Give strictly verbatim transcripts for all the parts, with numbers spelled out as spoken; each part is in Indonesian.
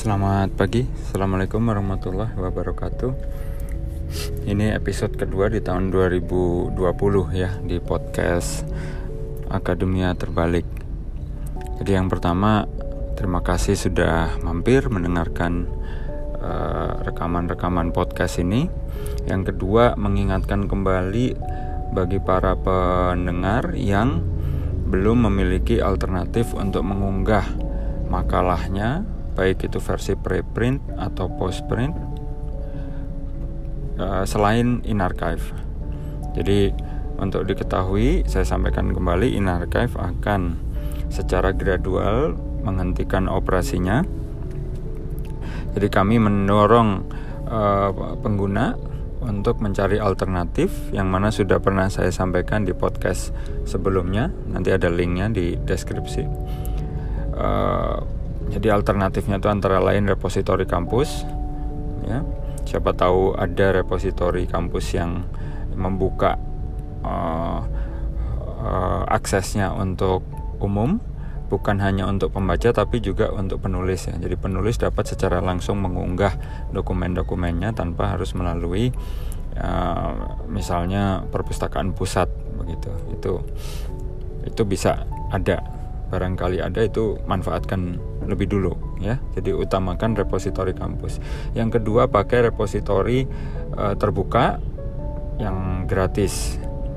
Selamat pagi, Assalamualaikum warahmatullahi wabarakatuh. Ini episode kedua di tahun dua ribu dua puluh ya, di podcast Akademia Terbalik. Jadi yang pertama, terima kasih sudah mampir mendengarkan uh, rekaman-rekaman podcast ini. Yang kedua, mengingatkan kembali bagi para pendengar yang belum memiliki alternatif untuk mengunggah makalahnya, baik itu versi preprint atau postprint, uh, selain InArchive. Jadi untuk diketahui, saya sampaikan kembali, InArchive akan secara gradual menghentikan operasinya. Jadi kami mendorong uh, pengguna untuk mencari alternatif, yang mana sudah pernah saya sampaikan di podcast sebelumnya. Nanti ada linknya di deskripsi. Uh, Jadi alternatifnya itu antara lain repositori kampus, ya. Siapa tahu ada repositori kampus yang membuka uh, uh, aksesnya untuk umum, bukan hanya untuk pembaca tapi juga untuk penulis ya. Jadi penulis dapat secara langsung mengunggah dokumen-dokumennya tanpa harus melalui uh, misalnya perpustakaan pusat begitu. Itu itu bisa ada. Barangkali ada, itu manfaatkan lebih dulu ya. Jadi utamakan repositori kampus. Yang kedua, pakai repositori uh, terbuka yang gratis.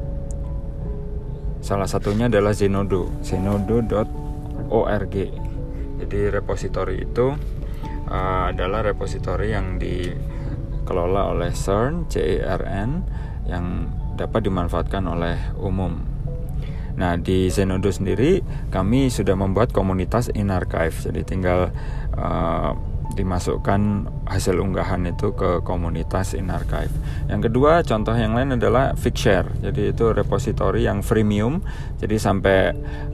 Salah satunya adalah Zenodo, zenodo dot org. Jadi repositori itu uh, adalah repositori yang dikelola oleh CERN, C E R N, yang dapat dimanfaatkan oleh umum. Nah, di Zenodo sendiri kami sudah membuat komunitas InArchive. Jadi tinggal uh, dimasukkan hasil unggahan itu ke komunitas InArchive. Yang kedua, contoh yang lain adalah Figshare. Jadi itu repositori yang freemium. Jadi sampai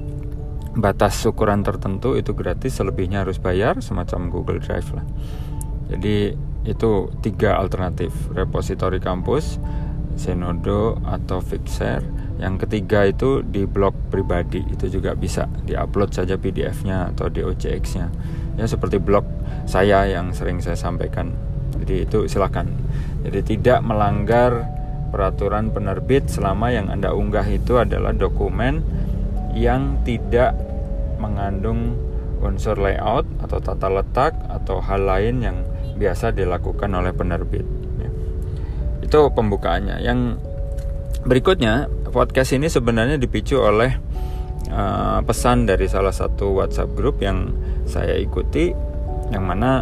batas ukuran tertentu itu gratis, selebihnya harus bayar, semacam Google Drive lah. Jadi itu tiga alternatif: repositori kampus, Zenodo, atau Figshare. Yang ketiga itu di blog pribadi, itu juga bisa diupload saja P D F-nya atau D O C X-nya. Ya seperti blog saya yang sering saya sampaikan. Jadi itu silakan. Jadi tidak melanggar peraturan penerbit selama yang Anda unggah itu adalah dokumen yang tidak mengandung unsur layout atau tata letak atau hal lain yang biasa dilakukan oleh penerbit. Ya. Itu pembukaannya. Yang berikutnya, podcast ini sebenarnya dipicu oleh uh, pesan dari salah satu WhatsApp group yang saya ikuti, yang mana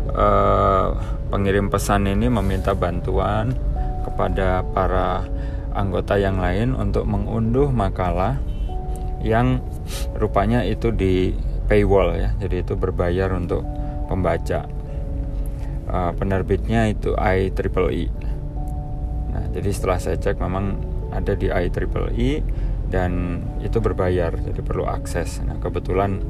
uh, pengirim pesan ini meminta bantuan kepada para anggota yang lain untuk mengunduh makalah yang rupanya itu di paywall ya, jadi itu berbayar untuk pembaca. Uh, penerbitnya itu I triple E. Nah, jadi setelah saya cek memang ada di I triple E dan itu berbayar, jadi perlu akses. Nah, kebetulan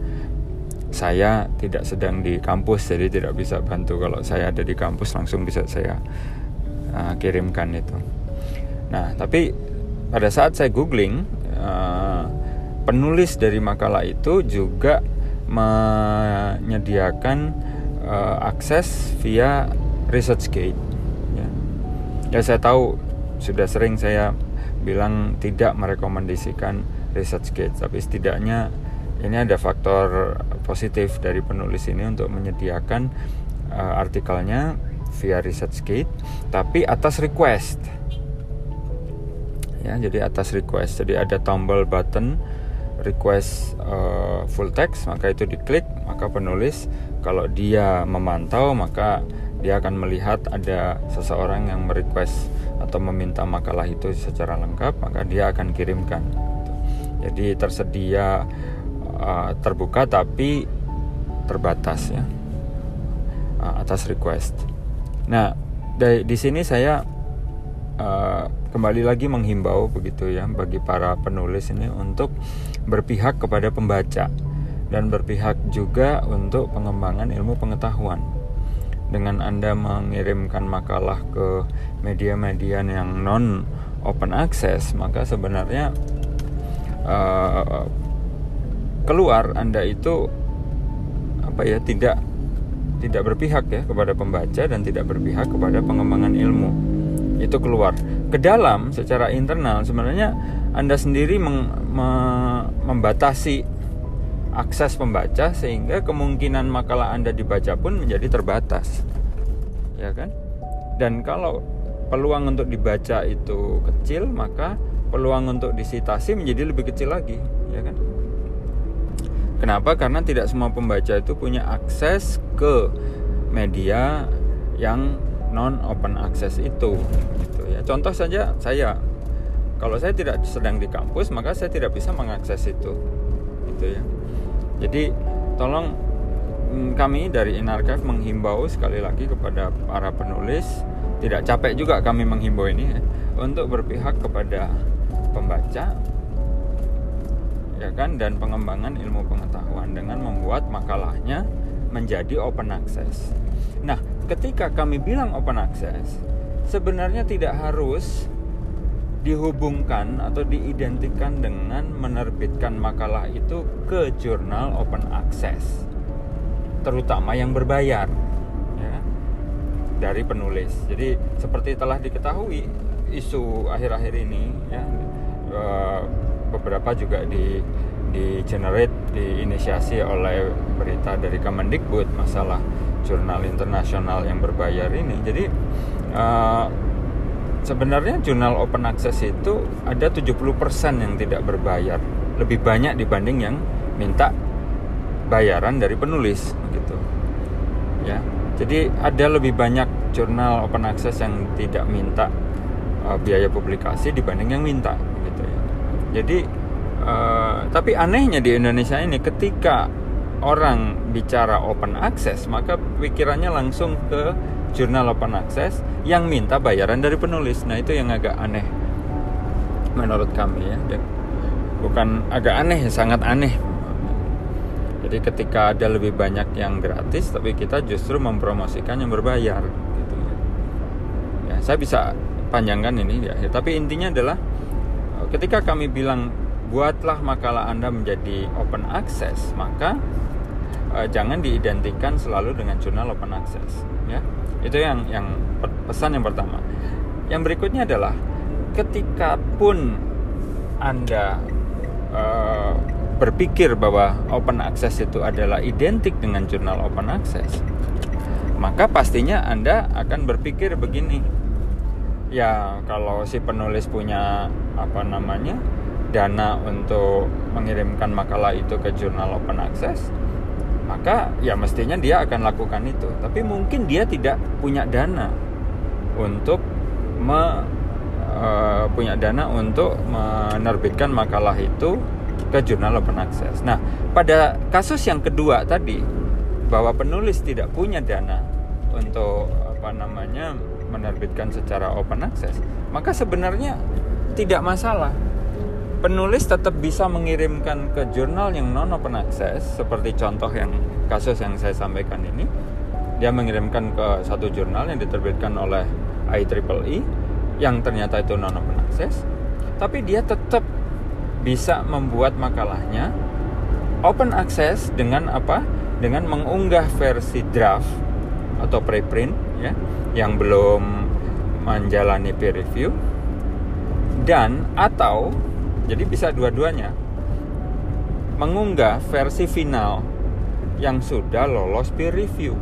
saya tidak sedang di kampus, jadi tidak bisa bantu. Kalau saya ada di kampus langsung bisa saya uh, kirimkan itu. Nah, tapi pada saat saya googling, uh, penulis dari makalah itu juga menyediakan uh, akses via ResearchGate. Ya. ya saya tahu sudah sering saya bilang tidak merekomendasikan ResearchGate, tapi setidaknya ini ada faktor positif dari penulis ini untuk menyediakan uh, artikelnya via ResearchGate, tapi atas request. Ya, jadi atas request. Jadi ada tombol button request uh, full text, maka itu diklik, maka penulis kalau dia memantau maka dia akan melihat ada seseorang yang merequest atau meminta makalah itu secara lengkap, maka dia akan kirimkan. Jadi tersedia uh, terbuka tapi terbatas ya, uh, atas request. Nah, dari di sini saya uh, kembali lagi menghimbau begitu ya bagi para penulis ini untuk berpihak kepada pembaca dan berpihak juga untuk pengembangan ilmu pengetahuan. Dengan Anda mengirimkan makalah ke media-media yang non open access, maka sebenarnya uh, keluar Anda itu apa ya tidak tidak berpihak ya kepada pembaca dan tidak berpihak kepada pengembangan ilmu. Itu keluar ke dalam secara internal. Sebenarnya Anda sendiri meng, me, membatasi akses pembaca sehingga kemungkinan makalah Anda dibaca pun menjadi terbatas, ya kan? Dan kalau peluang untuk dibaca itu kecil, maka peluang untuk disitasi menjadi lebih kecil lagi, ya kan? Kenapa? Karena tidak semua pembaca itu punya akses ke media yang non open access itu, gitu ya. Contoh saja saya, kalau saya tidak sedang di kampus, maka saya tidak bisa mengakses itu, gitu ya. Jadi tolong kami dari Inarchive menghimbau sekali lagi kepada para penulis, tidak capek juga kami menghimbau ini ya, untuk berpihak kepada pembaca, ya kan, dan pengembangan ilmu pengetahuan dengan membuat makalahnya menjadi open access. Nah, ketika kami bilang open access, sebenarnya tidak harus dihubungkan atau diidentikan dengan menerbitkan makalah itu ke jurnal open access, terutama yang berbayar ya, dari penulis. Jadi seperti telah diketahui, isu akhir-akhir ini ya, beberapa juga di di generate, diinisiasi oleh berita dari Kemendikbud masalah jurnal internasional yang berbayar ini. Jadi uh, sebenarnya jurnal open access itu ada tujuh puluh persen yang tidak berbayar, lebih banyak dibanding yang minta bayaran dari penulis gitu. Ya. Jadi ada lebih banyak jurnal open access yang tidak minta uh, biaya publikasi dibanding yang minta gitu ya. Jadi uh, tapi anehnya di Indonesia ini, ketika orang bicara open access, maka pikirannya langsung ke jurnal open access yang minta bayaran dari penulis. Nah, itu yang agak aneh menurut kami ya. Bukan agak aneh, sangat aneh. Jadi ketika ada lebih banyak yang gratis, tapi kita justru mempromosikan yang berbayar gitu ya. Ya, saya bisa panjangkan ini ya. Tapi intinya adalah ketika kami bilang buatlah makalah Anda menjadi open access, maka eh, jangan diidentikan selalu dengan jurnal open access ya. Itu yang yang pesan yang pertama. Yang berikutnya adalah ketika pun Anda uh, berpikir bahwa open access itu adalah identik dengan jurnal open access, maka pastinya Anda akan berpikir begini. Ya, kalau si penulis punya apa namanya dana untuk mengirimkan makalah itu ke jurnal open access, maka ya mestinya dia akan lakukan itu. Tapi mungkin dia tidak punya dana untuk me, uh, punya dana untuk menerbitkan makalah itu ke jurnal open access. Nah, pada kasus yang kedua tadi, bahwa penulis tidak punya dana untuk apa namanya menerbitkan secara open access, maka sebenarnya tidak masalah. Penulis tetap bisa mengirimkan ke jurnal yang non open access, seperti contoh yang kasus yang saya sampaikan ini. Dia mengirimkan ke satu jurnal yang diterbitkan oleh I triple E yang ternyata itu non open access, tapi dia tetap bisa membuat makalahnya open access dengan apa? Dengan mengunggah versi draft atau preprint ya, yang belum menjalani peer review, dan atau jadi bisa dua-duanya, mengunggah versi final yang sudah lolos peer review,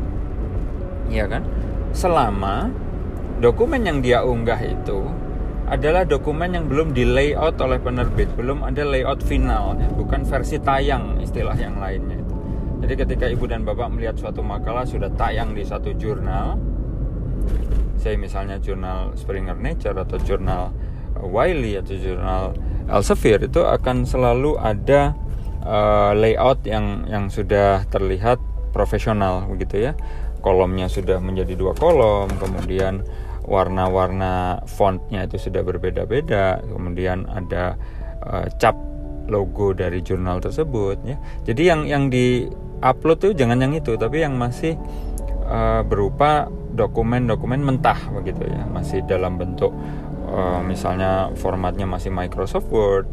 ya kan? Selama dokumen yang dia unggah itu adalah dokumen yang belum di layout oleh penerbit, belum ada layout final, ya, bukan versi tayang istilah yang lainnya itu. Jadi ketika ibu dan bapak melihat suatu makalah sudah tayang di satu jurnal, saya misalnya jurnal Springer Nature atau jurnal Wiley atau jurnal Elsevier, itu akan selalu ada uh, layout yang yang sudah terlihat profesional begitu ya. Kolomnya sudah menjadi dua kolom, kemudian warna-warna fontnya itu sudah berbeda-beda, kemudian ada uh, cap logo dari jurnal tersebut ya. Jadi yang yang di upload tuh jangan yang itu, tapi yang masih uh, berupa dokumen-dokumen mentah begitu ya, masih dalam bentuk Uh, misalnya formatnya masih Microsoft Word,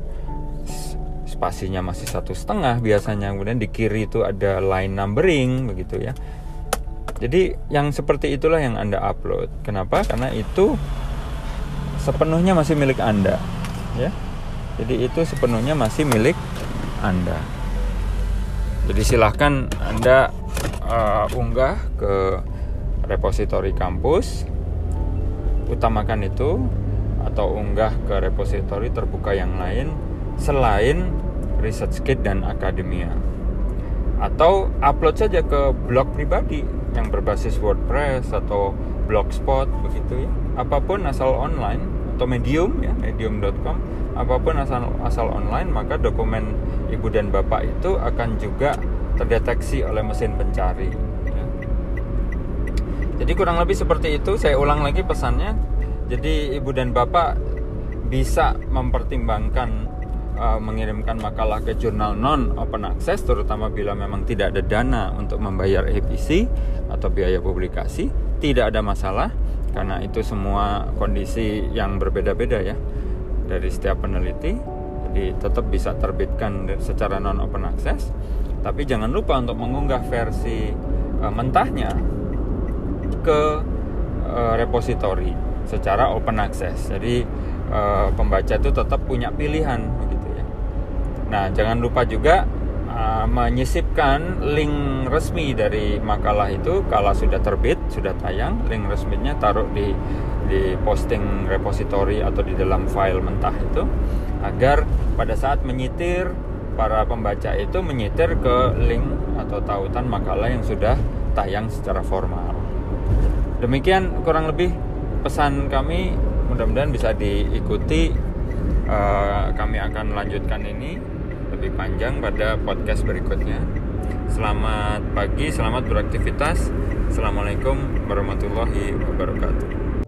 spasinya masih satu setengah biasanya, kemudian di kiri itu ada line numbering begitu ya. Jadi yang seperti itulah yang Anda upload. Kenapa? Karena itu sepenuhnya masih milik Anda, ya. Jadi itu sepenuhnya masih milik Anda. Jadi silahkan Anda uh, unggah ke repositori kampus, utamakan itu, atau unggah ke repositori terbuka yang lain selain ResearchGate dan Academia. Atau upload saja ke blog pribadi yang berbasis WordPress atau Blogspot begitu ya. Apapun asal online, atau Medium ya, medium dot com. Apapun asal asal online, maka dokumen ibu dan bapak itu akan juga terdeteksi oleh mesin pencari ya. Jadi kurang lebih seperti itu. Saya ulang lagi pesannya. Jadi ibu dan bapak bisa mempertimbangkan uh, mengirimkan makalah ke jurnal non open access, terutama bila memang tidak ada dana untuk membayar A P C atau biaya publikasi. Tidak ada masalah, karena itu semua kondisi yang berbeda-beda ya dari setiap peneliti. Jadi tetap bisa terbitkan secara non open access, tapi jangan lupa untuk mengunggah versi uh, mentahnya ke uh, repositori secara open access. Jadi uh, pembaca itu tetap punya pilihan begitu ya. Nah, jangan lupa juga uh, menyisipkan link resmi dari makalah itu kalau sudah terbit, sudah tayang, link resminya taruh di di posting repositori atau di dalam file mentah itu, agar pada saat menyitir para pembaca itu menyitir ke link atau tautan makalah yang sudah tayang secara formal. Demikian kurang lebih pesan kami, mudah-mudahan bisa diikuti. Uh, kami akan lanjutkan ini lebih panjang pada podcast berikutnya. Selamat pagi, selamat beraktivitas. Assalamualaikum warahmatullahi wabarakatuh.